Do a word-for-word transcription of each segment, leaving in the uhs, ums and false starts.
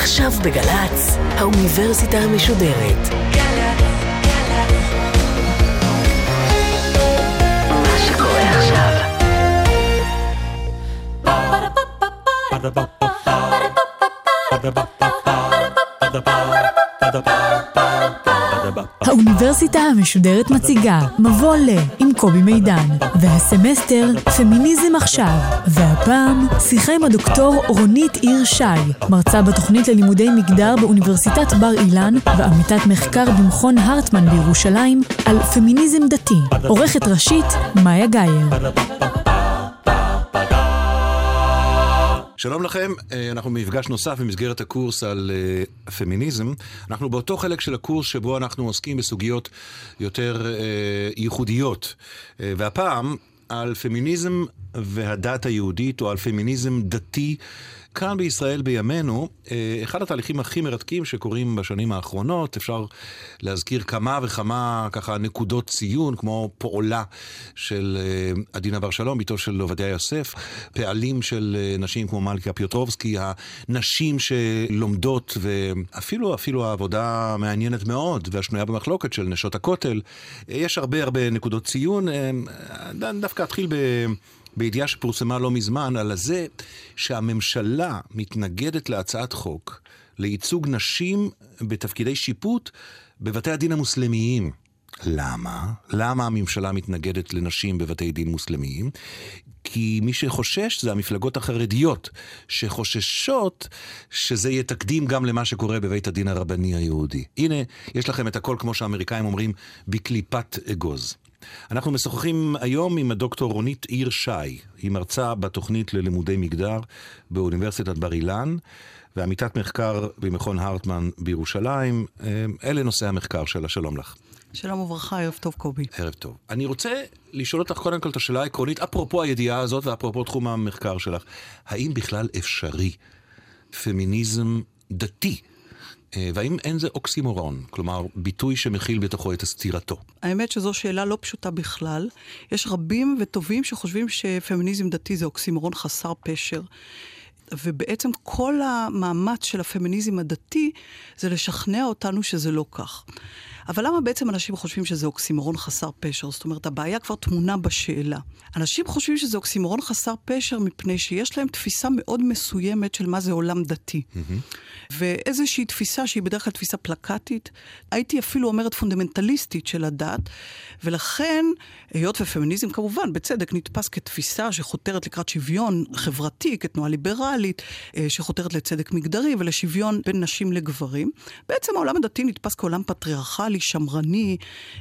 עכשיו בגלץ, האוניברסיטה המשודרת. מה שקורה עכשיו. האוניברסיטה המשודרת מציגה מבוא ל עם קובי מידן, והסמסטר פמיניזם עכשיו, והפעם שיחה עם הדוקטור רונית עיר שי, מרצה בתוכנית ללימודי מגדר באוניברסיטת בר אילן ועמיתת מחקר במכון הרטמן בירושלים על פמיניזם דתי. עורכת ראשית מאיה גייר. שלום לכם, אנחנו במפגש נוסף במסגרת הקורס על פמיניזם. אנחנו באותו חלק של הקורס שבו אנחנו עוסקים בסוגיות יותר ייחודיות. והפעם על פמיניזם והדת היהודית, או על פמיניזם דתי. כאן בישראל בימינו, אחד התהליכים הכי מרתקים שקורים בשנים האחרונות, אפשר להזכיר כמה וכמה ככה נקודות ציון, כמו פועלה של עדינה בר שלום, ביתו של עובדיה יוסף, פעלים של נשים כמו מלכה פיוטרובסקי, הנשים שלומדות, ואפילו אפילו העבודה מעניינת מאוד, והשנויה במחלוקת של נשות הכותל. יש הרבה הרבה נקודות ציון, דווקא אתחיל ב... בידיעה שפורסמה לא מזמן על זה שהממשלה מתנגדת להצעת חוק לייצוג נשים בתפקידי שיפוט בבתי הדין המוסלמיים. למה? למה הממשלה מתנגדת לנשים בבתי דין מוסלמיים? כי מי שחושש זה המפלגות החרדיות, שחוששות שזה יהיה תקדים גם למה שקורה בבית הדין הרבני היהודי. הנה, יש לכם את הכל, כמו שהאמריקאים אומרים, בקליפת אגוז. אנחנו משוחחים היום עם הדוקטור רונית עיר שי. היא מרצה בתוכנית ללימודי מגדר באוניברסיטת בר אילן, ועמיתת מחקר במכון הרטמן בירושלים. אלה נושאי המחקר שלה. שלום לך. שלום וברכה, ערב טוב קובי. ערב טוב. אני רוצה לשאול אותך קודם כל את השאלה העקרונית, אפרופו הידיעה הזאת ואפרופו תחום המחקר שלך. האם בכלל אפשרי פמיניזם דתי? והאם אין זה אוקסימורון, כלומר ביטוי שמכיל בתוכו את הסתירתו? האמת שזו שאלה לא פשוטה בכלל. יש רבים וטובים שחושבים שפמיניזם דתי זה אוקסימורון חסר פשר. ובעצם כל המאמץ של הפמיניזם הדתי זה לשכנע אותנו שזה לא כך. אבל למה בעצם אנשים חושבים שזה אוקסימורון חסר פשר? זאת אומרת, הבעיה כבר תמונה בשאלה. אנשים חושבים שזה אוקסימורון חסר פשר מפני שיש להם תפיסה מאוד מסוימת של מה זה עולם דתי. Mm-hmm. ואיזושהי תפיסה שהיא בדרך כלל תפיסה פלקטית, הייתי אפילו אומרת פונדמנטליסטית של הדת, ולכן, היות ופמיניזם כמובן, בצדק נתפס כתפיסה שחותרת לקראת שוויון חברתי, כתנועה ליברלית, שחותרת לצדק מגדרי ולשוויון בין נשים לגברים. בעצם העולם הדתי נתפס כעולם פטריארכלי, שמרני,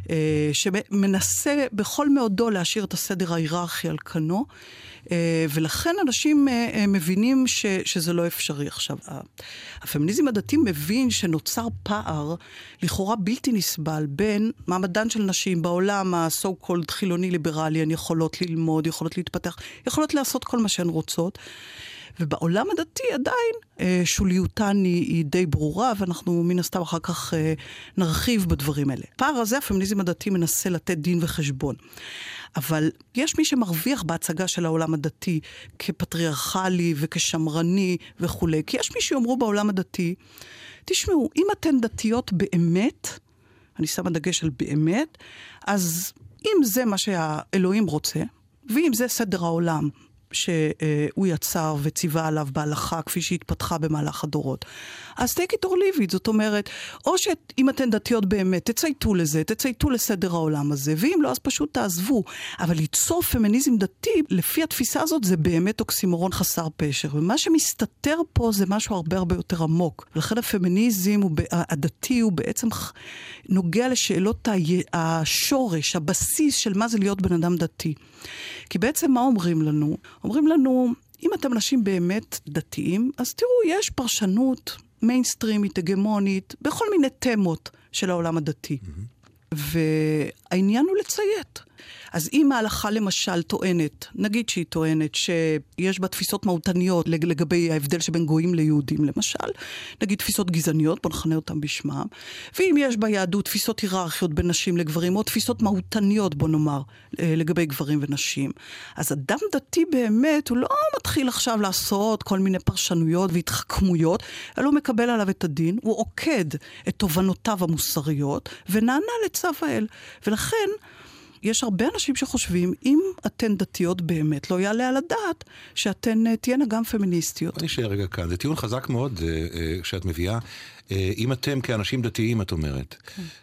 שמנסה בכל מאודו להשאיר את הסדר ההיררכי על כנו, ולכן אנשים מבינים ש, שזה לא אפשרי. עכשיו, הפמיניזם הדתי מבין שנוצר פער לכאורה בלתי נסבל בין מעמדן של נשים בעולם ה-so called חילוני ליברלי, הן יכולות ללמוד, יכולות להתפתח, יכולות לעשות כל מה שהן רוצות, ובעולם הדתי עדיין שוליותן היא די ברורה, ואנחנו מן הסתם אחר כך נרחיב בדברים האלה. פער הזה הפמיניזם הדתי מנסה לתת דין וחשבון. אבל יש מי שמרוויח בהצגה של העולם הדתי כפטריארכלי וכשמרני וכו'. כי יש מי שאומרו בעולם הדתי, תשמעו, אם אתן דתיות באמת, אני שמה דגש על באמת, אז אם זה מה שהאלוהים רוצה, ואם זה סדר העולם שהוא יצר וציווה עליו בהלכה כפי שהתפתחה במהלך הדורות, אז take it or leave it. זאת אומרת, או שאם אתן דתיות באמת, תצייתו לזה, תצייתו לסדר העולם הזה, ואם לא, אז פשוט תעזבו. אבל ליצור פמיניזם דתי, לפי התפיסה הזאת, זה באמת אוקסימורון חסר פשר. ומה שמסתתר פה זה משהו הרבה הרבה יותר עמוק. ולכן הפמיניזם הדתי הוא בעצם נוגע לשאלות השורש, הבסיס של מה זה להיות בן אדם דתי. כי בעצם מה אומרים לנו? אומרים לנו, אם אתם אנשים באמת דתיים, אז תראו, יש פרשנות מיינסטרימית, הגמונית, בכל מיני תמות של העולם הדתי. Mm-hmm. והעניין הוא לציית. אז אם ההלכה למשל טוענת, נגיד שהיא טוענת שיש בה תפיסות מהותניות לגבי ההבדל שבין גויים ליהודים למשל, נגיד תפיסות גזעניות, בוא נכנה אותם בשמם, ואם יש ביהדות תפיסות היררכיות בין נשים לגברים, או תפיסות מהותניות, בוא נאמר, לגבי גברים ונשים, אז אדם דתי באמת, הוא לא מתחיל עכשיו לעשות כל מיני פרשנויות והתחכמויות, אלא הוא מקבל עליו את הדין, הוא עוקד את תובנותיו המוסריות, ונענה לצו האל. ולכן, יש הרבה אנשים שחושבים, אם אתן דתיות באמת, לא יעלה על הדעת, שאתן תהיינה גם פמיניסטיות. אני אשאר רגע כאן. זה טיעון חזק מאוד שאת מביאה. אם אתם כאנשים דתיים, את אומרת,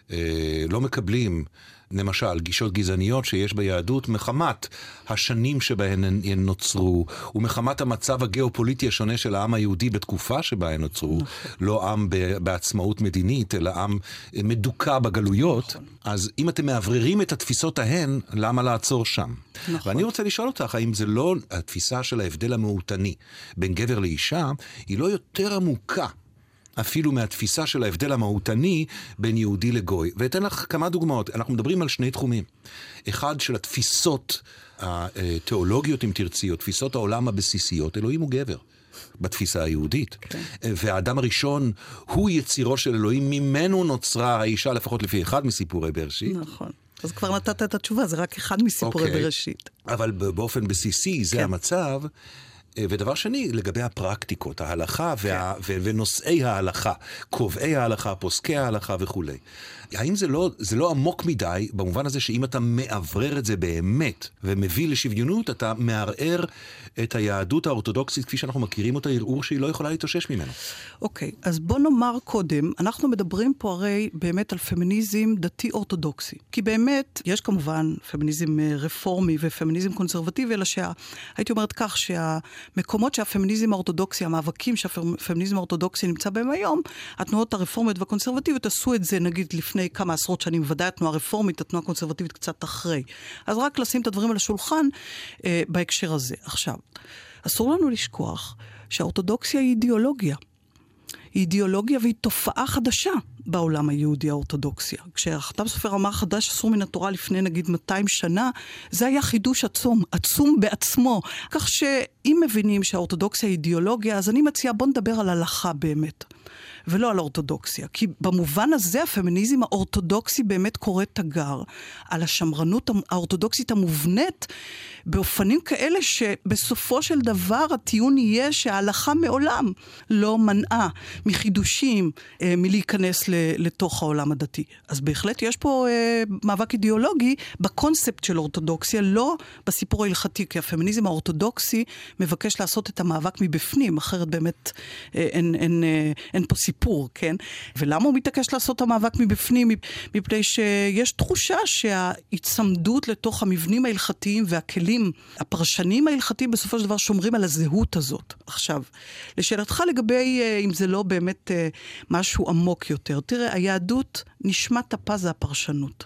לא מקבלים, למשל, גישות גזעניות שיש ביהדות, מחמת השנים שבהן הן נוצרו, ומחמת המצב הגיאופוליטי השונה של העם היהודי בתקופה שבה הן נוצרו, לא עם בעצמאות מדינית, אלא עם מדוכא בגלויות, אז אם אתם מעבררים את התפיסות ההן, למה לעצור שם? ואני רוצה לשאול אותך, האם זה לא התפיסה של ההבדל המהותני בין גבר לאישה, היא לא יותר עמוקה, אפילו מהתפיסה של ההבדל המהותני בין יהודי לגוי. ואתן לך כמה דוגמאות. אנחנו מדברים על שני תחומים. אחד של התפיסות התיאולוגיות, אם תרצי, או תפיסות העולם הבסיסיות. אלוהים הוא גבר, בתפיסה היהודית. כן. והאדם הראשון הוא יצירו של אלוהים, ממנו נוצרה האישה, לפחות לפי אחד מסיפורי בראשית. נכון. אז כבר נתת את התשובה, זה רק אחד מסיפורי okay. בראשית. אבל באופן בסיסי זה כן. המצב. ודבר שני, לגבי הפרקטיקות, ההלכה וה, ו, ונושאי ההלכה, קובעי ההלכה, פוסקי ההלכה וכו'. האם זה לא, זה לא עמוק מדי, במובן הזה שאם אתה מעברר את זה באמת, ומביא לשוויונות, אתה מערער את היהדות האורתודוקסית, כפי שאנחנו מכירים אותה, ערעור שהיא לא יכולה להתאושש ממנו. אוקיי, אז בוא נאמר קודם, אנחנו מדברים פה הרי באמת על פמיניזם דתי אורתודוקסי. כי באמת, יש כמובן פמיניזם רפורמי ופמיניזם קונסרבטיבי, אלא שהייתי אומרת כך, שהמקומות שהפמיניזם האורתודוקסי, המאבקים שהפמיניזם האורתודוקסי נמצא בהם היום, התנועות הרפורמיות והקונסרבטיביות עשו את זה, נגיד, לפני כמה עשרות שנים, ודאי התנועה הרפורמית, התנועה הקונסרבטיבית קצת אחרי. אז רק לשים את הדברים על השולחן אה, בהקשר הזה. עכשיו, אסור לנו לשכוח שהאורתודוקסיה היא אידיאולוגיה. היא אידיאולוגיה והיא תופעה חדשה בעולם היהודי האורתודוקסיה. כשהחתם סופר אמר חדש אסור מן התורה לפני נגיד מאתיים שנה, זה היה חידוש עצום, עצום בעצמו. כך שאם מבינים שהאורתודוקסיה היא אידיאולוגיה, אז אני מציעה בוא נדבר על הלכה באמת. ולא על אורתודוקסיה. כי במובן הזה הפמיניזם האורתודוקסי באמת קורא תגר על השמרנות האורתודוקסית המובנית באופנים כאלה שבסופו של דבר הטיעון יהיה שההלכה מעולם לא מנעה מחידושים, אה, מלהיכנס ל- לתוך העולם הדתי. אז בהחלט יש פה אה, מאבק אידיאולוגי בקונספט של אורתודוקסיה, לא בסיפור ההלכתי, כי הפמיניזם האורתודוקסי מבקש לעשות את המאבק מבפנים, אחרת באמת אה, אין, אין, אה, אין פה סיפור, כן? ולמה הוא מתעקש לעשות את המאבק מבפנים? מפני שיש תחושה שההצמדות לתוך המבנים ההלכתיים והכלים הפרשנים ההלכתיים בסופו של דבר שומרים על הזהות הזאת. עכשיו, לשאלתך לגבי אם זה לא באמת משהו עמוק יותר, תראה, היהדות נשמת הפה זה הפרשנות.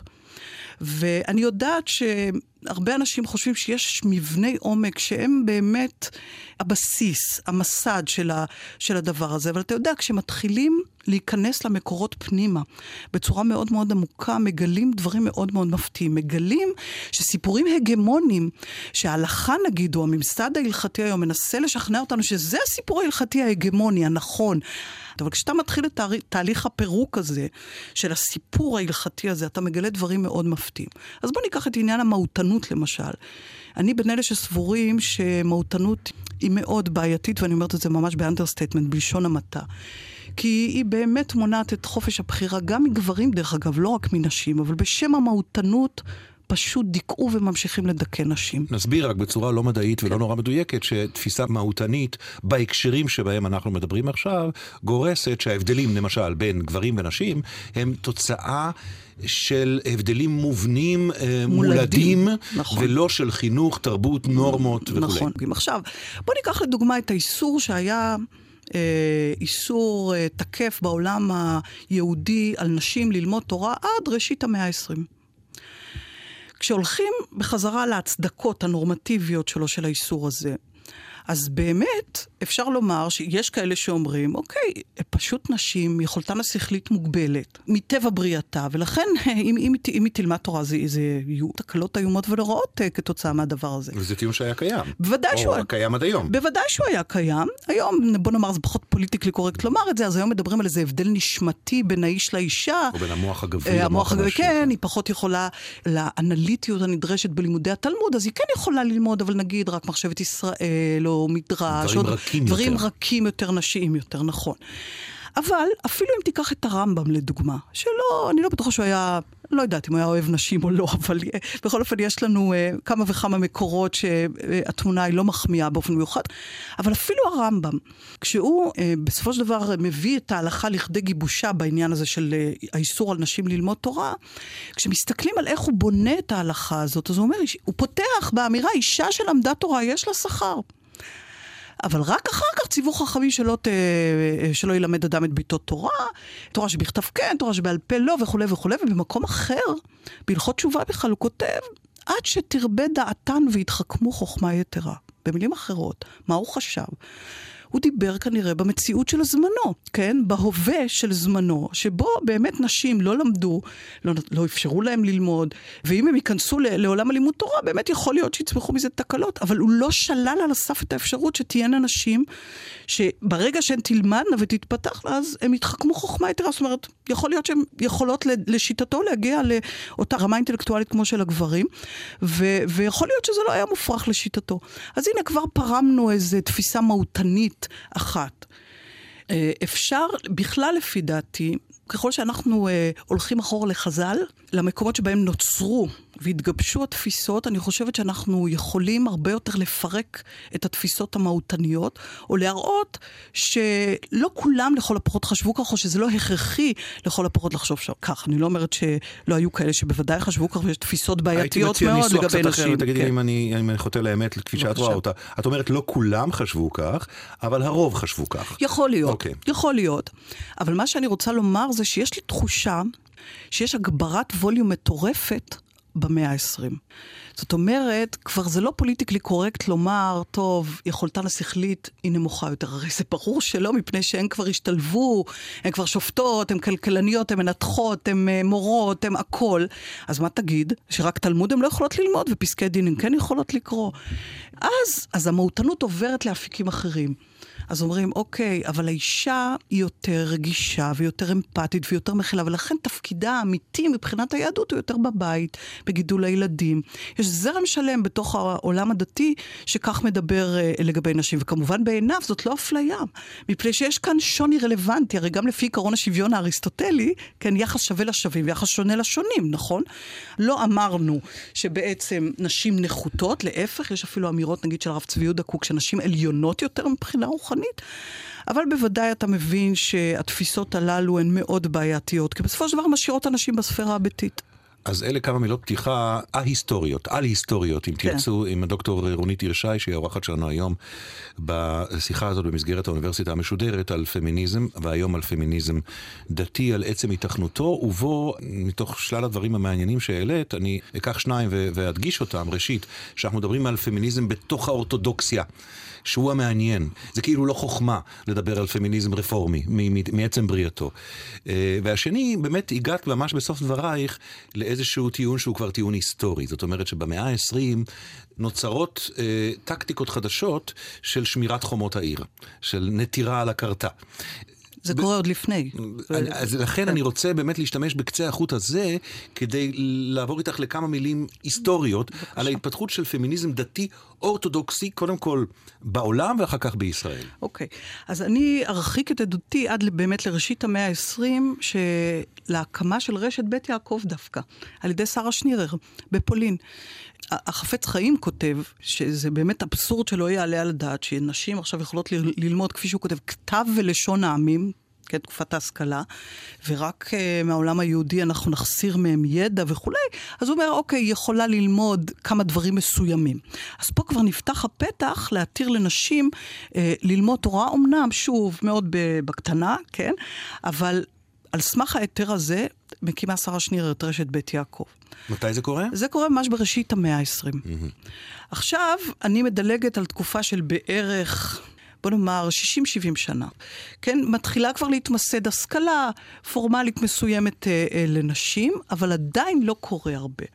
ואני יודעת שהרבה אנשים חושבים שיש מבני עומק שהם באמת הבסיס, המסד של, ה, של הדבר הזה. אבל אתה יודע, כשמתחילים להיכנס למקורות פנימה בצורה מאוד מאוד עמוקה, מגלים דברים מאוד מאוד מפתיעים. מגלים שסיפורים הגמונים, שההלכה נגיד, או הממסד ההלכתי היום, מנסה לשכנע אותנו שזה הסיפור ההלכתי ההגמוני, הנכון. אבל כשאתה מתחיל את תהליך הפירוק הזה, של הסיפור ההלכתי הזה, אתה מגלה דברים מאוד מפתיעים. אז בוא ניקח את עניין המהותנות למשל. אני בין אלה שסבורים שמהותנות היא מאוד בעייתית, ואני אומרת את זה ממש באנדרסטייטמנט, בלשון המעטה. כי היא באמת מונעת את חופש הבחירה, גם מגברים דרך אגב, לא רק מנשים, אבל בשם המהותנות פשוט דיכאו וממשיכים לדכא נשים. נסביר רק בצורה לא מדעית ולא נורא מדויקת, שתפיסה מהותנית בהקשרים שבהם אנחנו מדברים עכשיו, גורסת שההבדלים למשל בין גברים ונשים, הם תוצאה של הבדלים מובנים, מולדים, נכון. ולא של חינוך, תרבות, נורמות וכו'. נכון. עכשיו, בוא ניקח לדוגמה את האיסור שהיה אה, איסור אה, תקף בעולם היהודי על נשים ללמוד תורה עד ראשית המאה ה-עשרים. כשהולכים בחזרה להצדקות הנורמטיביות שלו של האיסור הזה, אז באמת אפשר לומר שיש כאלה שאומרים, אוקיי, פשוט נשים, יכולתן השכלית מוגבלת, מטבע בריאתה, ולכן אם, אם, אם היא תלמד תורה, זה, זה יהיו תקלות איומות ונוראות כתוצאה מהדבר הזה. וזה טיעון שהיה קיים. בוודאי או שהוא... קיים עד היום. בוודאי שהוא היה קיים. היום, בוא נאמר, זה פחות פוליטיקלי קורקט לומר את זה, אז היום מדברים על איזה הבדל נשמתי בין האיש לאישה. או בין המוח הגברי המוח הגברי, כן, היא פחות יכולה לאנליטיות הנדרשת בלימודי התלמוד, אז היא כן יכולה ללמוד, אבל נגיד רק מחשבת ישראל, או מדרש, דברים רכים דברים יותר. רכים יותר, נשיים יותר, נכון. אבל אפילו אם תיקח את הרמב"ם לדוגמה, שלא, אני לא בטוחה שהוא היה, לא יודעת אם הוא היה אוהב נשים או לא, אבל בכל אופן יש לנו uh, כמה וכמה מקורות שהתמונה היא לא מחמיאה באופן מיוחד, אבל אפילו הרמב"ם, כשהוא uh, בסופו של דבר מביא את ההלכה לכדי גיבושה בעניין הזה של uh, האיסור על נשים ללמוד תורה, כשמסתכלים על איך הוא בונה את ההלכה הזאת, אז הוא אומר, הוא פותח באמירה, אישה שלמדה תורה, יש לה שכר. אבל רק אחר כך ציוו חכמים שלא, ת, שלא ילמד אדם את ביתו תורה, תורה שבכתב כן, תורה שבעל פה לא, וכו' וכו', ובמקום אחר, בהלכות תשובה בכלל, הוא כותב, עד שתרבה דעתן והתחכמו חוכמה יתרה. במילים אחרות, מה הוא חשב? הוא דיבר כנראה במציאות של זמנו, כן? בהווה של זמנו, שבו באמת נשים לא למדו, לא, לא אפשרו להם ללמוד, ואם הם ייכנסו לעולם הלימוד תורה, באמת יכול להיות שיצמחו מזה תקלות, אבל הוא לא שלל על הסף את האפשרות שתהיינה נשים, שברגע שהן תלמדנה ותתפתח לה, אז הם יתחכמו חוכמה יתרה, זאת אומרת, יכול להיות שהן יכולות לשיטתו להגיע לאותה רמה אינטלקטואלית כמו של הגברים, ו- ויכול להיות שזה לא היה מופרך לשיטתו. אז הנה כבר פרמנו איזו תפיסה מהותנית אחת. אפשר, בכלל לפי דעתי, ככל שאנחנו אה, הולכים אחורה לחז"ל, למקומות שבהם נוצרו והתגבשו התפיסות, אני חושבת שאנחנו יכולים הרבה יותר לפרק את התפיסות המהותניות, או להראות שלא כולם לכל הפחות חשבו כך, או שזה לא הכרחי לכל הפחות לחשוב כך. אני לא אומרת שלא היו כאלה שבוודאי חשבו כך, ויש תפיסות בעייתיות מאוד לגבי נשים. תגידי כן. אם אני, אם אני חותר לאמת, כפי שאת רואה אותה. את אומרת, לא כולם חשבו כך, אבל הרוב חשבו כך. יכול להיות, okay. יכול להיות. אבל מה שאני רוצה לומר זה שיש לי תחושה שיש הגברת ווליום מטורפת במאה ה-עשרים. זאת אומרת, כבר זה לא פוליטיקלי קורקט לומר, טוב, יכולתן השכלית היא נמוכה יותר. הרי זה ברור שלא, מפני שהן כבר השתלבו, הן כבר שופטות, הן כלכלניות, הן מנתחות, הן מורות, הן הכל. אז מה תגיד? שרק תלמוד הן לא יכולות ללמוד, ופסקי דין הן כן יכולות לקרוא. אז, אז המהותנות עוברת לאפיקים אחרים. אז אומרים, אוקיי, אבל האישה היא יותר רגישה ויותר אמפתית ויותר מכילה, ולכן תפקידה האמיתי מבחינת היהדות הוא יותר בבית, בגידול הילדים. יש זרם שלם בתוך העולם הדתי שכך מדבר אה, לגבי נשים, וכמובן בעיניו זאת לא אפליה, מפני שיש כאן שוני רלוונטי, הרי גם לפי עקרון השוויון האריסטוטלי, כן, יחס שווה לשווים ויחס שונה לשונים, נכון? לא אמרנו שבעצם נשים נחותות, להפך, יש אפילו אמירות נגיד של הרב צבי יהודה קוק, שנשים עליונות יותר מבחינה רוחנית, אבל בוודאי אתה מבין שהתפיסות הללו הן מאוד בעייתיות, כי בסופו של דבר משאירות אנשים בספירה הביתית. אז אלה כמה מילות פתיחה ההיסטוריות, על היסטוריות, אם תרצו, עם הדוקטור רונית ירשי, שהיא האורחת שלנו היום בשיחה הזאת במסגרת האוניברסיטה המשודרת על פמיניזם, והיום על פמיניזם דתי, על עצם התכנותו, ובו, מתוך שלל הדברים המעניינים שהעלית, אני אקח שניים ואדגיש אותם. ראשית, שאנחנו מדברים על פמיניזם בתוך האורתודוקסיה, שהוא המעניין. זה כאילו לא חוכמה לדבר על פמיניזם רפורמי, מעצם בריאתו. והשני, באמת הגעת ממש בסוף דברייך לאיזשהו טיעון שהוא כבר טיעון היסטורי. זאת אומרת שבמאה ה-עשרים נוצרות אה, טקטיקות חדשות של שמירת חומות העיר, של נטירה על הקרתה. זה קורה עוד לפני. אז לכן אני רוצה באמת להשתמש בקצה החוט הזה, כדי לעבור איתך לכמה מילים היסטוריות, על ההתפתחות של פמיניזם דתי אורתודוקסי, קודם כל בעולם ואחר כך בישראל. אוקיי. אז אני ארחיק את עדותי עד באמת לראשית המאה ה-עשרים, שלהקמה של רשת בית יעקב דווקא, על ידי שרה שנירר, בפולין. החפץ חיים כותב שזה באמת אבסורד שלא יעלה על הדעת, שנשים עכשיו יכולות ל- ללמוד, כפי שהוא כותב, כתב ולשון העמים, כן, תקופת ההשכלה, ורק uh, מהעולם היהודי אנחנו נחסיר מהם ידע וכולי, אז הוא אומר, אוקיי, היא יכולה ללמוד כמה דברים מסוימים. אז פה כבר נפתח הפתח להתיר לנשים uh, ללמוד תורה, אמנם שוב מאוד בקטנה, כן, אבל על סמך ההיתר הזה, מקימה שרה שנירר את רשת בית יעקב. מתי זה קורה? זה קורה ממש בראשית המאה ה-עשרים. Mm-hmm. עכשיו, אני מדלגת על תקופה של בערך, בוא נאמר, שישים שבעים שנה. כן, מתחילה כבר להתמסד השכלה פורמלית מסוימת אה, אה, לנשים, אבל עדיין לא קורה הרבה.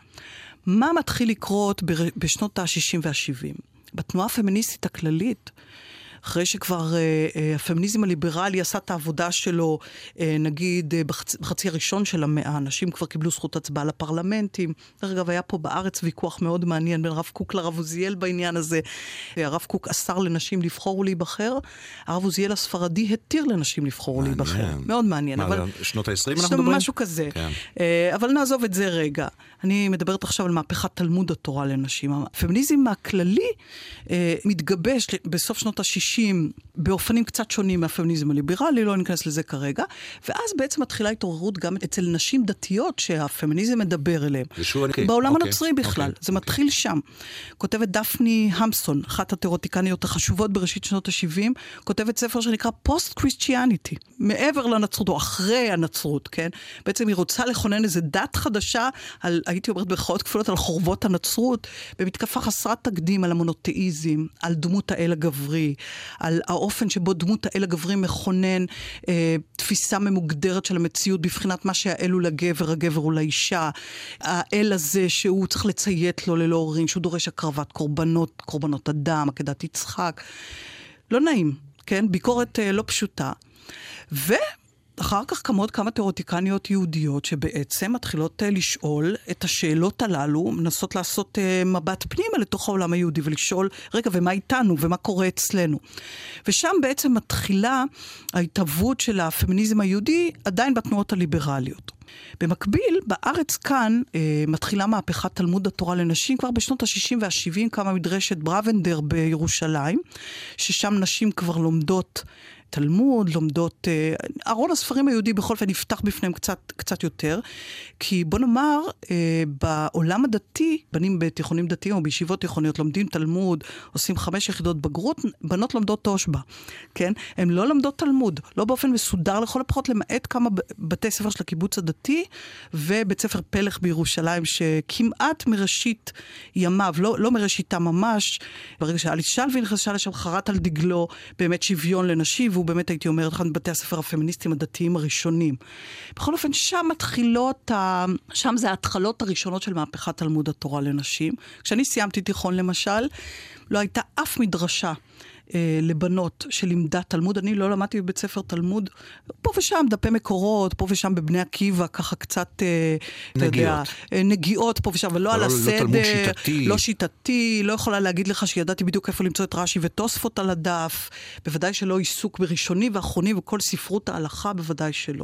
מה מתחיל לקרות ב- בשנות ה-שישים וה-שבעים? בתנועה הפמיניסטית הכללית, אחרי שכבר אה, אה, הפמיניזם הליברלי עשה את העבודה שלו, אה, נגיד אה, בחצ... בחצי הראשון של המאה, אנשים כבר קיבלו זכות הצבעה לפרלמנטים. אגב, היה פה בארץ ויכוח מאוד מעניין בין הרב קוק לרב עוזיאל בעניין הזה. הרב קוק אסר לנשים לבחור ולהיבחר, הרב עוזיאל הספרדי התיר לנשים לבחור ולהיבחר. מאוד מעניין. מה, אבל... שנות ה-עשרים אנחנו מדברים? משהו כזה. כן. אה, אבל נעזוב את זה רגע. אני מדברת עכשיו על מהפכת תלמוד התורה לנשים. הפמיניזם הכללי אה, מתגבש בסוף שנות ה-שישים, באופנים קצת שונים מהפמיניזם הליברלי, לא ניכנס לזה כרגע, ואז בעצם מתחילה התעוררות גם אצל נשים דתיות שהפמיניזם מדבר אליהם. Okay. בעולם okay. הנוצרי בכלל, okay. זה okay. מתחיל שם. כותבת דפני המסון, אחת התיאורטיקניות החשובות בראשית שנות ה-שבעים, כותבת ספר שנקרא פוסט-קריסטיאניטי, מעבר לנצרות או אחרי הנצרות, כן? בעצם היא רוצה לכונן איזו דת חדשה, על, הייתי אומרת בחאות כפולות, על חורבות הנצרות, במתקפה חסרת תקדים על המונותאיזם, על דמות האל הגברי, על האופן שבו דמות האל הגברי מכונן אה, תפיסה ממוגדרת של המציאות בבחינת מה שהאל הוא לגבר, הגבר הוא לאישה. האל הזה שהוא צריך לציית לו ללא הורים, שהוא דורש הקרבת קורבנות, קורבנות אדם, עקדת יצחק. לא נעים, כן? ביקורת אה, לא פשוטה. ו... אחר כך קמות כמה תיאורטיקניות יהודיות שבעצם מתחילות לשאול את השאלות הללו, מנסות לעשות מבט פנימה לתוך העולם היהודי ולשאול, רגע, ומה איתנו ומה קורה אצלנו? ושם בעצם מתחילה ההתהוות של הפמיניזם היהודי עדיין בתנועות הליברליות. במקביל, בארץ כאן אה, מתחילה מהפכת תלמוד התורה לנשים, כבר בשנות ה-שישים וה-שבעים קמה מדרשת ברוונדר בירושלים, ששם נשים כבר לומדות תלמוד, לומדות, אה, ארון הספרים היהודי בכל פעם נפתח בפניהם קצת, קצת יותר, כי בוא נאמר, אה, בעולם הדתי, בנים בתיכונים דתיים או בישיבות תיכוניות לומדים תלמוד, עושים חמש יחידות בגרות, בנות לומדות תושבע, כן? הן לא לומדות תלמוד, לא באופן מסודר לכל הפחות, למעט כמה בתי ספר של הקיבוץ הדתי, ובית ספר פלך בירושלים, שכמעט מראשית ימיו, לא, לא מראשיתה ממש, ברגע שאליס שלוי נכנסה לשם, חרת על דגלו באמת שוויון לנשים, והוא באמת, הייתי אומרת, אחד מבתי הספר הפמיניסטיים הדתיים הראשונים. בכל אופן, שם מתחילות, שם זה ההתחלות הראשונות של מהפכת תלמוד התורה לנשים. כשאני סיימתי תיכון, למשל, לא הייתה אף מדרשה אה, לבנות שלימדה תלמוד. אני לא למדתי בבית ספר תלמוד, פה ושם דפי מקורות, פה ושם בבני עקיבא, ככה קצת, אה, אתה יודע, נגיעות פה ושם, ולא על הסדר. לא תלמוד שיטתי. לא שיטתי, לא יכולה להגיד לך שידעתי בדיוק איפה למצוא את רש"י ותוספות על הדף, בוודאי שלא עיסוק בראשוני ואחרוני, וכל ספרות ההלכה בוודאי שלא.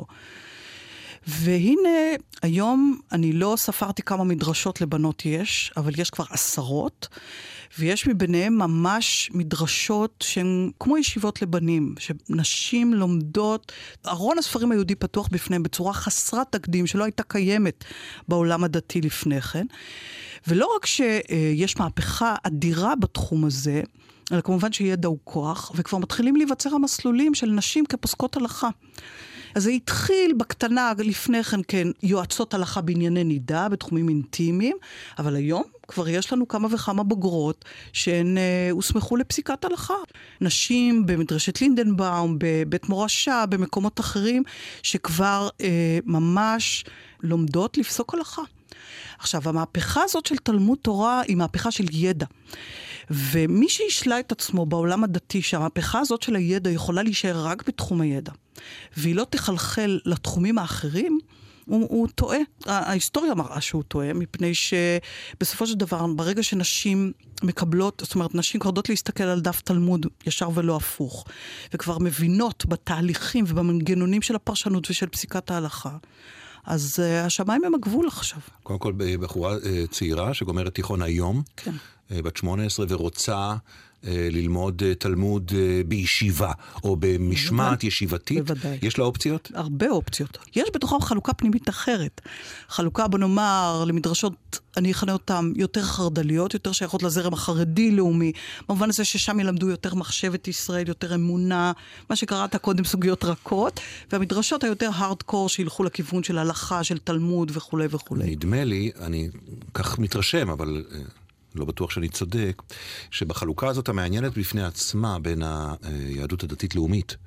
והנה, היום אני לא ספרתי כמה מדרשות לבנות יש, אבל יש כבר עשרות, ויש מביניהם ממש מדרשות שהן כמו ישיבות לבנים, שנשים לומדות, ארון הספרים היהודי פתוח בפניהם בצורה חסרת תקדים, שלא הייתה קיימת בעולם הדתי לפני כן. ולא רק שיש מהפכה אדירה בתחום הזה, אלא כמובן שידע הוא כוח, וכבר מתחילים להיווצר המסלולים של נשים כפוסקות הלכה. אז זה התחיל בקטנה לפני כן, כן, יועצות הלכה בענייני נידה, בתחומים אינטימיים, אבל היום כבר יש לנו כמה וכמה בוגרות שהן אה, הוסמכו לפסיקת הלכה. נשים במדרשת לינדנבאום, בבית מורשה, במקומות אחרים, שכבר אה, ממש לומדות לפסוק הלכה. עכשיו, המהפכה הזאת של תלמוד תורה היא מהפכה של ידע. ומי שישלה את עצמו בעולם הדתי, שהמהפכה הזאת של הידע יכולה להישאר רק בתחום הידע, והיא לא תחלחל לתחומים האחרים, הוא, הוא טועה. ההיסטוריה מראה שהוא טועה, מפני שבסופו של דבר, ברגע שנשים מקבלות, זאת אומרת, נשים כבר יודעות להסתכל על דף תלמוד ישר ולא הפוך, וכבר מבינות בתהליכים ובמנגנונים של הפרשנות ושל פסיקת ההלכה, אז uh, השמיים הם הגבול עכשיו. קודם כל, בחורה uh, צעירה שגומרת תיכון היום, כן. uh, בת שמונה עשרה, ורוצה ללמוד תלמוד בישיבה, או במשמעת ישיבתית? בוודאי. יש לה אופציות? הרבה אופציות. יש בתוכם חלוקה פנימית אחרת. חלוקה, בוא נאמר, למדרשות, אני אכנה אותן יותר חרדליות, יותר שייכות לזרם החרדי-לאומי, במובן הזה ששם ילמדו יותר מחשבת ישראל, יותר אמונה, מה שקראת קודם סוגיות רכות, והמדרשות היותר הארדקור שילכו לכיוון של הלכה, של תלמוד וכו' וכו'. נדמה לי, אני כך מתרשם, אבל לא בטוח שאני צודק, שבחלוקה הזאת המעניינת בפני עצמה בין היהדות הדתית-לאומית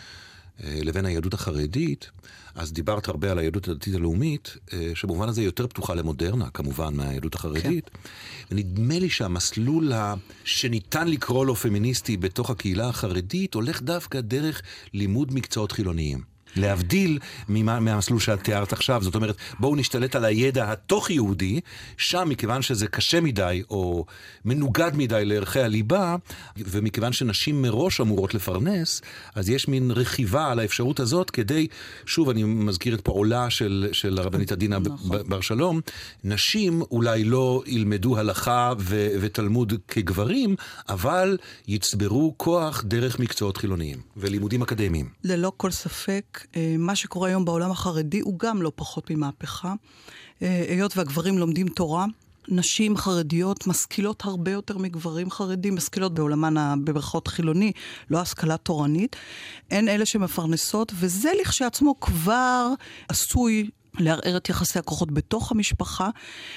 לבין היהדות החרדית, אז דיברת הרבה על היהדות הדתית הלאומית, שבמובן הזה יותר פתוחה למודרנה, כמובן, מהיהדות החרדית. כן. ונדמה לי שהמסלול שניתן לקרוא לו פמיניסטי בתוך הקהילה החרדית, הולך דווקא דרך לימוד מקצועות חילוניים. להבדיל מהמסלול שאת תיארת עכשיו, זאת אומרת, בואו נשתלט על הידע התוך יהודי, שם מכיוון שזה קשה מדי, או מנוגד מדי לערכי הליבה, ומכיוון שנשים מראש אמורות לפרנס, אז יש מין רכיבה על האפשרות הזאת, כדי, שוב, אני מזכיר את פעולה של, של הרבנית עדינה נכון. בר שלום, נשים אולי לא ילמדו הלכה ו- ותלמוד כגברים, אבל יצברו כוח דרך מקצועות חילוניים, ולימודים אקדמיים. ללא כל ספק, מה שקורה היום בעולם החרדי הוא גם לא פחות ממהפכה. היות והגברים לומדים תורה, נשים חרדיות משכילות הרבה יותר מגברים חרדים, משכילות בעולמן בברכות חילוני, לא השכלה תורנית. הן אלה שמפרנסות, וזה לכשעצמו כבר עשוי לערער את יחסי הכוחות בתוך המשפחה,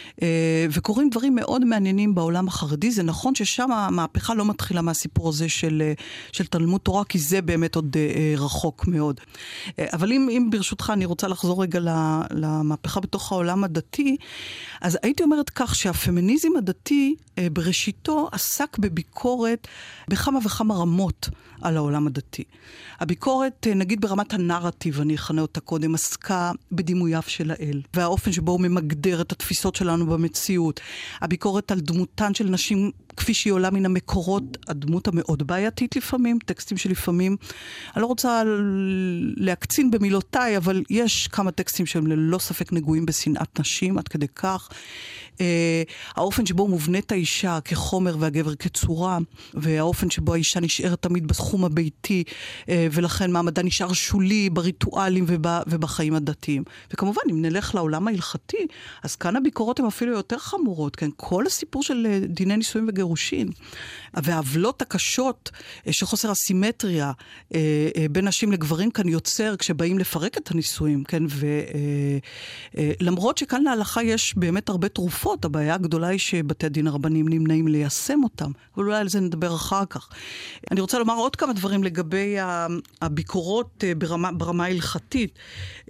וקוראים דברים מאוד מעניינים בעולם החרדי. זה נכון ששם המהפכה לא מתחילה מהסיפור הזה של, של תלמוד תורה, כי זה באמת עוד רחוק מאוד. אבל אם, אם ברשותך אני רוצה לחזור רגע למהפכה בתוך העולם הדתי, אז הייתי אומרת כך שהפמיניזם הדתי בראשיתו עסק בביקורת בכמה וכמה רמות על העולם הדתי. הביקורת, נגיד ברמת הנרטיב, אני אכנה אותה קודם, עסקה בדימוייו של האל, והאופן שבו הוא ממגדר את התפיסות שלנו במציאות. הביקורת על דמותן של נשים, כפי שהיא עולה מן המקורות, הדמות המאוד בעייתית לפעמים, טקסטים שלפעמים, אני לא רוצה להקצין במילותיי, אבל יש כמה טקסטים שהם ללא ספק נגועים בשנאת נשים, עד כדי כך. האופן שבו מובנית האישה כחומר והגבר כצורה, והאופן שבו האישה נשארת תמיד בתחום הביתי, ולכן מעמדה נשאר שולי בריטואלים ובחיים הדתיים. וכמובן, אם נלך לעולם ההלכתי, אז כאן הביקורות הן אפילו יותר חמורות, כן? כל הסיפור של דיני נישואים וגירושין, והעוולות הקשות שחוסר הסימטריה בין נשים לגברים כאן יוצר כשבאים לפרק את הנישואים, כן? ולמרות שכאן להלכה יש באמת הרבה תרופות, הבעיה הגדולה היא שבתי הדין הרבניים נמנעים ליישם אותם, אבל אולי על זה נדבר אחר כך. אני רוצה לומר עוד כמה דברים לגבי הביקורות ברמה, ברמה ההלכתית.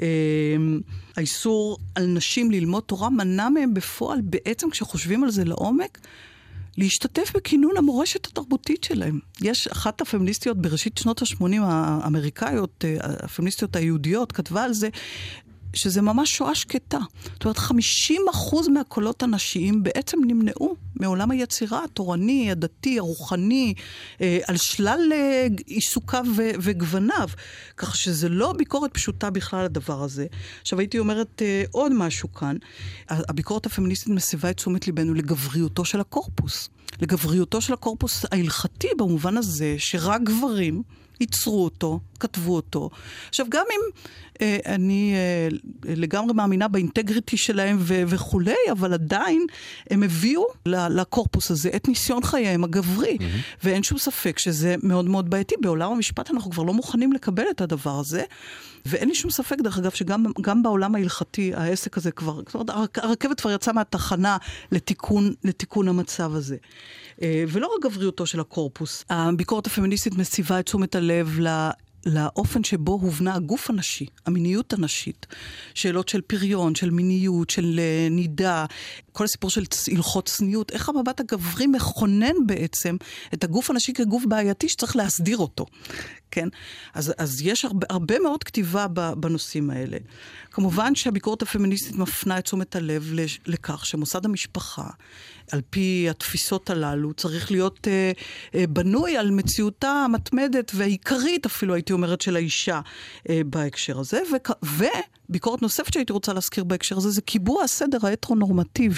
האיסור על נשים ללמוד תורה מנע מהם בפועל, בעצם כשחושבים על זה לעומק, להשתתף בכינון המורשת התרבותית שלהם. יש אחת הפמיניסטיות בראשית שנות ה-שמונים האמריקאיות, הפמיניסטיות היהודיות, כתבה על זה, שזה ממש שואה שקטה. זאת אומרת, חמישים אחוז מהקולות הנשיים בעצם נמנעו מעולם היצירה, התורני, הדתי, הרוחני, אה, על שלל אה, עיסוקיו ו- וגווניו. כך שזה לא ביקורת פשוטה בכלל הדבר הזה. עכשיו הייתי אומרת אה, עוד משהו כאן. הביקורת הפמיניסטית מסבה את תשומת ליבנו לגבריותו של הקורפוס. לגבריותו של הקורפוס ההלכתי במובן הזה שרק גברים ייצרו אותו, כתבו אותו. עכשיו, גם אם אה, אני אה, לגמרי מאמינה באינטגריטי שלהם ו- וכולי, אבל עדיין הם הביאו לקורפוס הזה את ניסיון חייהם הגברי. Mm-hmm. ואין שום ספק שזה מאוד מאוד בעייתי. בעולם המשפט אנחנו כבר לא מוכנים לקבל את הדבר הזה. ואין לי שום ספק, דרך אגב, שגם גם בעולם ההלכתי, העסק הזה כבר, הרכבת כבר יצאה מהתחנה לתיקון, לתיקון המצב הזה. ולא רק גבריותו של הקורפוס. הביקורת הפמיניסטית מסיבה את תשומת הלב ל... לאופן שבו הובנה הגוף הנשי, המיניות הנשית, שאלות של פריון, של מיניות, של נידה, כל הסיפור של הלכות צניעות, איך המבט הגברי מכונן בעצם את הגוף הנשי כגוף בעייתי שצריך להסדיר אותו. כן? אז, אז יש הרבה, הרבה מאוד כתיבה בנושאים האלה. כמובן שהביקורת הפמיניסטית מפנה את תשומת הלב לכך שמוסד המשפחה, על פי התפיסות הללו, צריך להיות אה, אה, בנוי על מציאותה המתמדת והעיקרית אפילו, הייתי אומרת, של האישה אה, בהקשר הזה. וכ- וביקורת נוספת שהייתי רוצה להזכיר בהקשר הזה, זה קיבוע הסדר ההטרונורמטיבי.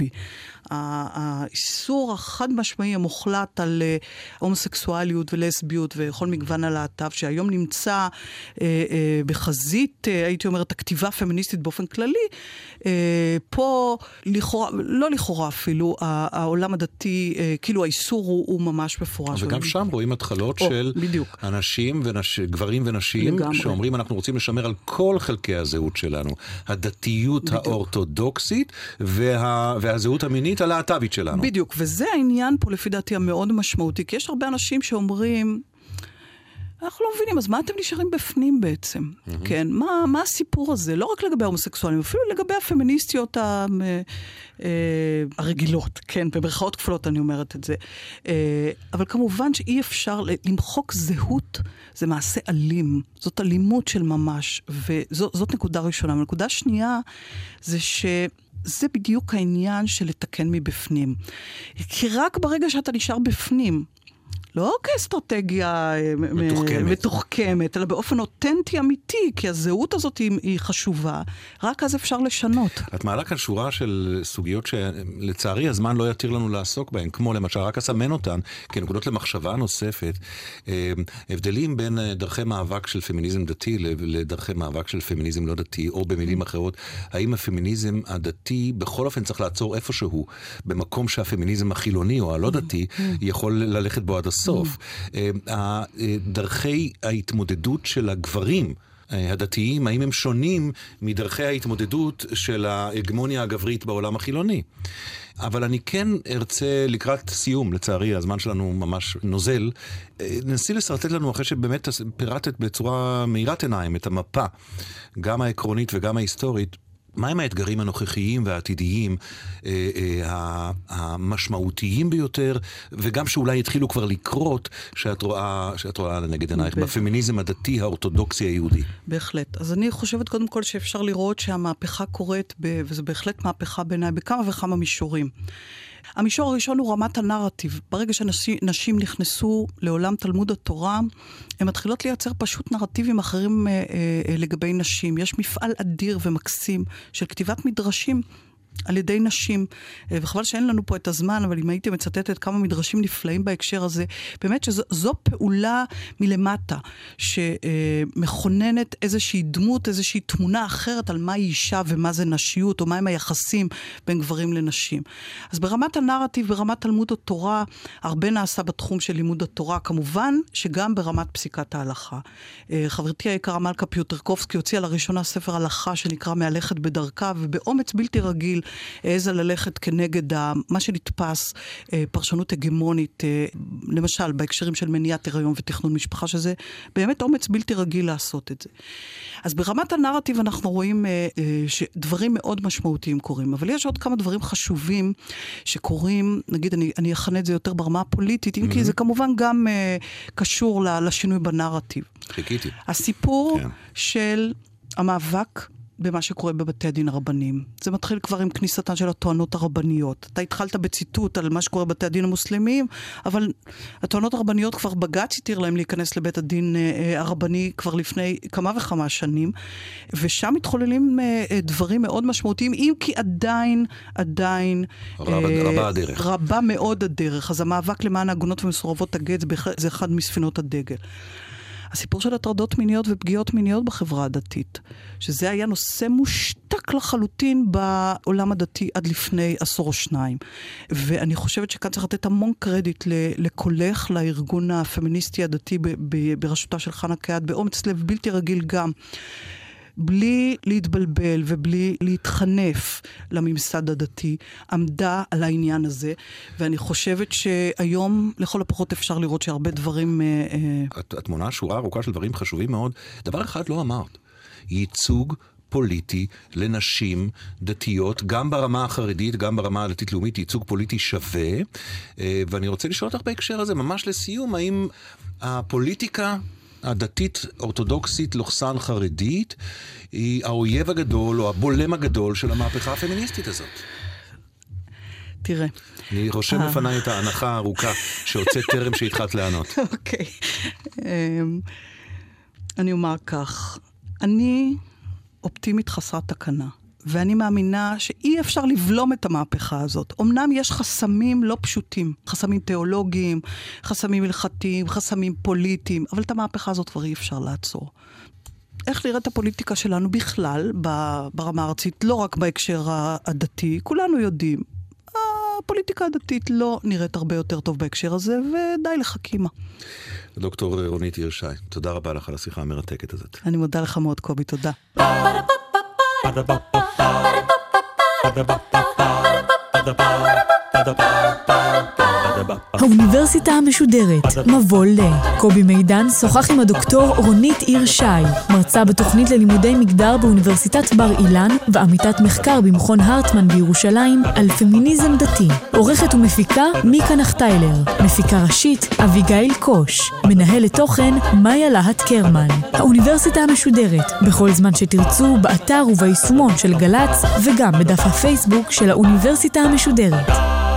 האיסור החד משמעי המוחלט על הומוסקסואליות ולסביות וכל מגוון הלהט"ב, שהיום נמצא בחזית, הייתי אומרת, הכתיבה פמיניסטית באופן כללי, פה לכאורה, לא לכאורה אפילו, העולם הדתי, כאילו האיסור הוא, הוא ממש מפורש. וגם שם רואים התחלות או, של בדיוק. אנשים, ונש... גברים ונשים, לגמרי. שאומרים אנחנו רוצים לשמר על כל חלקי הזהות שלנו. הדתיות בדיוק. האורתודוקסית וה... והזהות המינית הלהט"בית שלנו. בדיוק, וזה העניין פה לפי דעתי המאוד משמעותי, כי יש הרבה אנשים שאומרים, אנחנו לא מבינים, אז מה אתם נשארים בפנים בעצם? Mm-hmm. כן, מה, מה הסיפור הזה? לא רק לגבי ההומוסקסואלים, אפילו לגבי הפמיניסטיות ה, אה, הרגילות, כן, במרכאות כפולות אני אומרת את זה. אה, אבל כמובן שאי אפשר למחוק זהות, זה מעשה אלים. זאת אלימות של ממש, וזאת נקודה ראשונה. נקודה שנייה, זה ש... זה בדיוק העניין של לתקן מבפנים. כי רק ברגע שאתה נשאר בפנים, לא כאסטרטגיה מתוחכמת. מתוחכמת, אלא באופן אותנטי אמיתי, כי הזהות הזאת היא, היא חשובה, רק אז אפשר לשנות. את מעלה כאן שורה של סוגיות שלצערי הזמן לא יתיר לנו לעסוק בהן, כמו למשל, רק אסמן אותן, כנקודות למחשבה נוספת, הבדלים בין דרכי מאבק של פמיניזם דתי לדרכי מאבק של פמיניזם לא דתי, או במילים אחרות, האם הפמיניזם הדתי בכל אופן צריך לעצור איפשהו, במקום שהפמיניזם החילוני או הלא דתי יכול ללכת בו עד הסוף. דרכי ההתמודדות של הגברים הדתיים, האם הם שונים מדרכי ההתמודדות של ההגמוניה הגברית בעולם החילוני? אבל אני כן ארצה לקראת סיום, לצערי, הזמן שלנו ממש נוזל, נסי לסרטט לנו אחרי שבאמת פירטת בצורה מהירת עיניים את המפה, גם העקרונית וגם ההיסטורית, מהם האתגרים הנוכחיים והעתידיים אה, אה, המשמעותיים ביותר, וגם שאולי התחילו כבר לקרות, שאת רואה, שאת רואה לנגד עינייך, בפמיניזם הדתי האורתודוקסי היהודי? בהחלט. אז אני חושבת קודם כל שאפשר לראות שהמהפכה קורית, ב, וזה בהחלט מהפכה בעיניי, בכמה וכמה מישורים. המישור הראשון הוא רמת הנרטיב. ברגע שנשים נכנסו לעולם תלמוד התורה, הן מתחילות לייצר פשוט נרטיבים אחרים אה, אה, לגבי נשים. יש מפעל אדיר ומקסים של כתיבת מדרשים על ידי נשים, וחבל שאין לנו פה את הזמן, אבל אם הייתי מצטטת כמה מדרשים נפלאים בהקשר הזה, באמת שזו פעולה מלמטה, שמכוננת איזושהי דמות, איזושהי תמונה אחרת על מהי אישה ומה זה נשיות, או מהם היחסים בין גברים לנשים. אז ברמת הנרטיב, ברמת תלמוד התורה, הרבה נעשה בתחום של לימוד התורה, כמובן שגם ברמת פסיקת ההלכה. חברתי היקרה מלכה פיוטרקובסקי הוציאה לראשונה ספר הלכה שנקרא מהלכת בדרכה, ובאומץ בלתי רגיל העזה ללכת כנגד מה שנתפס פרשנות הגמונית, למשל בהקשרים של מניעת הריון ותכנון משפחה, שזה באמת אומץ בלתי רגיל לעשות את זה. אז ברמת הנרטיב אנחנו רואים שדברים מאוד משמעותיים קורים, אבל יש עוד כמה דברים חשובים שקורים, נגיד אני, אני אכנה את זה יותר ברמה הפוליטית, אם mm-hmm. כי זה כמובן גם קשור לשינוי בנרטיב. חיכיתי. הסיפור כן. של המאבק במה שקורה בבתי הדין הרבניים. זה מתחיל כבר עם כניסתן של הטוענות הרבניות. אתה התחלת בציטוט על מה שקורה בבתי הדין המוסלמיים, אבל הטוענות הרבניות כבר בג"ץ התיר להם להיכנס לבית הדין הרבני כבר לפני כמה וכמה שנים, ושם מתחוללים דברים מאוד משמעותיים, אם כי עדיין, עדיין רבה, רבה הדרך. רבה מאוד הדרך. אז המאבק למען ההגונות ומסורבות הגט זה אחד מספינות הדגל. הסיפור של הטרדות מיניות ופגיעות מיניות בחברה הדתית, שזה היה נושא מושתק לחלוטין בעולם הדתי עד לפני עשור או שניים. ואני חושבת שכאן צריך לתת המון קרדיט לקולך, לארגון הפמיניסטי הדתי בראשותה של חנה קהת, באומץ לב בלתי רגיל גם, בלי להתבלבל ובלי להתחנף לממסד הדתי, עמדה על העניין הזה, ואני חושבת שהיום לכל הפחות אפשר לראות שהרבה דברים... התמונה שורה ארוכה של דברים חשובים מאוד. דבר אחד לא אמרת, ייצוג פוליטי לנשים דתיות, גם ברמה החרדית, גם ברמה הדתית-לאומית, ייצוג פוליטי שווה, ואני רוצה לשאול אותך בהקשר הזה, ממש לסיום, האם הפוליטיקה הדתית, אורתודוקסית, לוחסן חרדית, היא האויב הגדול או הבולם הגדול של המהפכה הפמיניסטית הזאת? תראה. אני רושם לפניי את ההנחה הארוכה שהוצאת טרם שהתחלת לענות. אוקיי. אני אומר כך, אני אופטימית חסרת תקנה. ואני מאמינה שאי אפשר לבלום את המהפכה הזאת. אמנם יש חסמים לא פשוטים, חסמים תיאולוגיים, חסמים הלכתיים, חסמים פוליטיים, אבל את המהפכה הזאת כבר אי אפשר לעצור. איך נראית הפוליטיקה שלנו בכלל, ברמה הארצית, לא רק בהקשר הדתי, כולנו יודעים. הפוליטיקה הדתית לא נראית הרבה יותר טוב בהקשר הזה, ודי לחכימה. דוקטור רונית עיר שי, תודה רבה לך על השיחה המרתקת הזאת. אני מודה לך מאוד, קובי, תודה. האוניברסיטה המשודרת, מבוא ל. קובי מידן שוחח עם הדוקטור רונית עיר שי, מרצה בתוכנית ללימודי מגדר באוניברסיטת בר אילן ועמיתת מחקר במכון הרטמן בירושלים על פמיניזם דתי. עורכת ומפיקה מיקה נחטיילר, מפיקה ראשית אביגיל קוש, מנהלת תוכן מאיה להט קרמן. האוניברסיטה המשודרת, בכל זמן שתרצו, באתר וביישומון של גלץ וגם בדף הפייסבוק של האוניברסיטה המשודרת.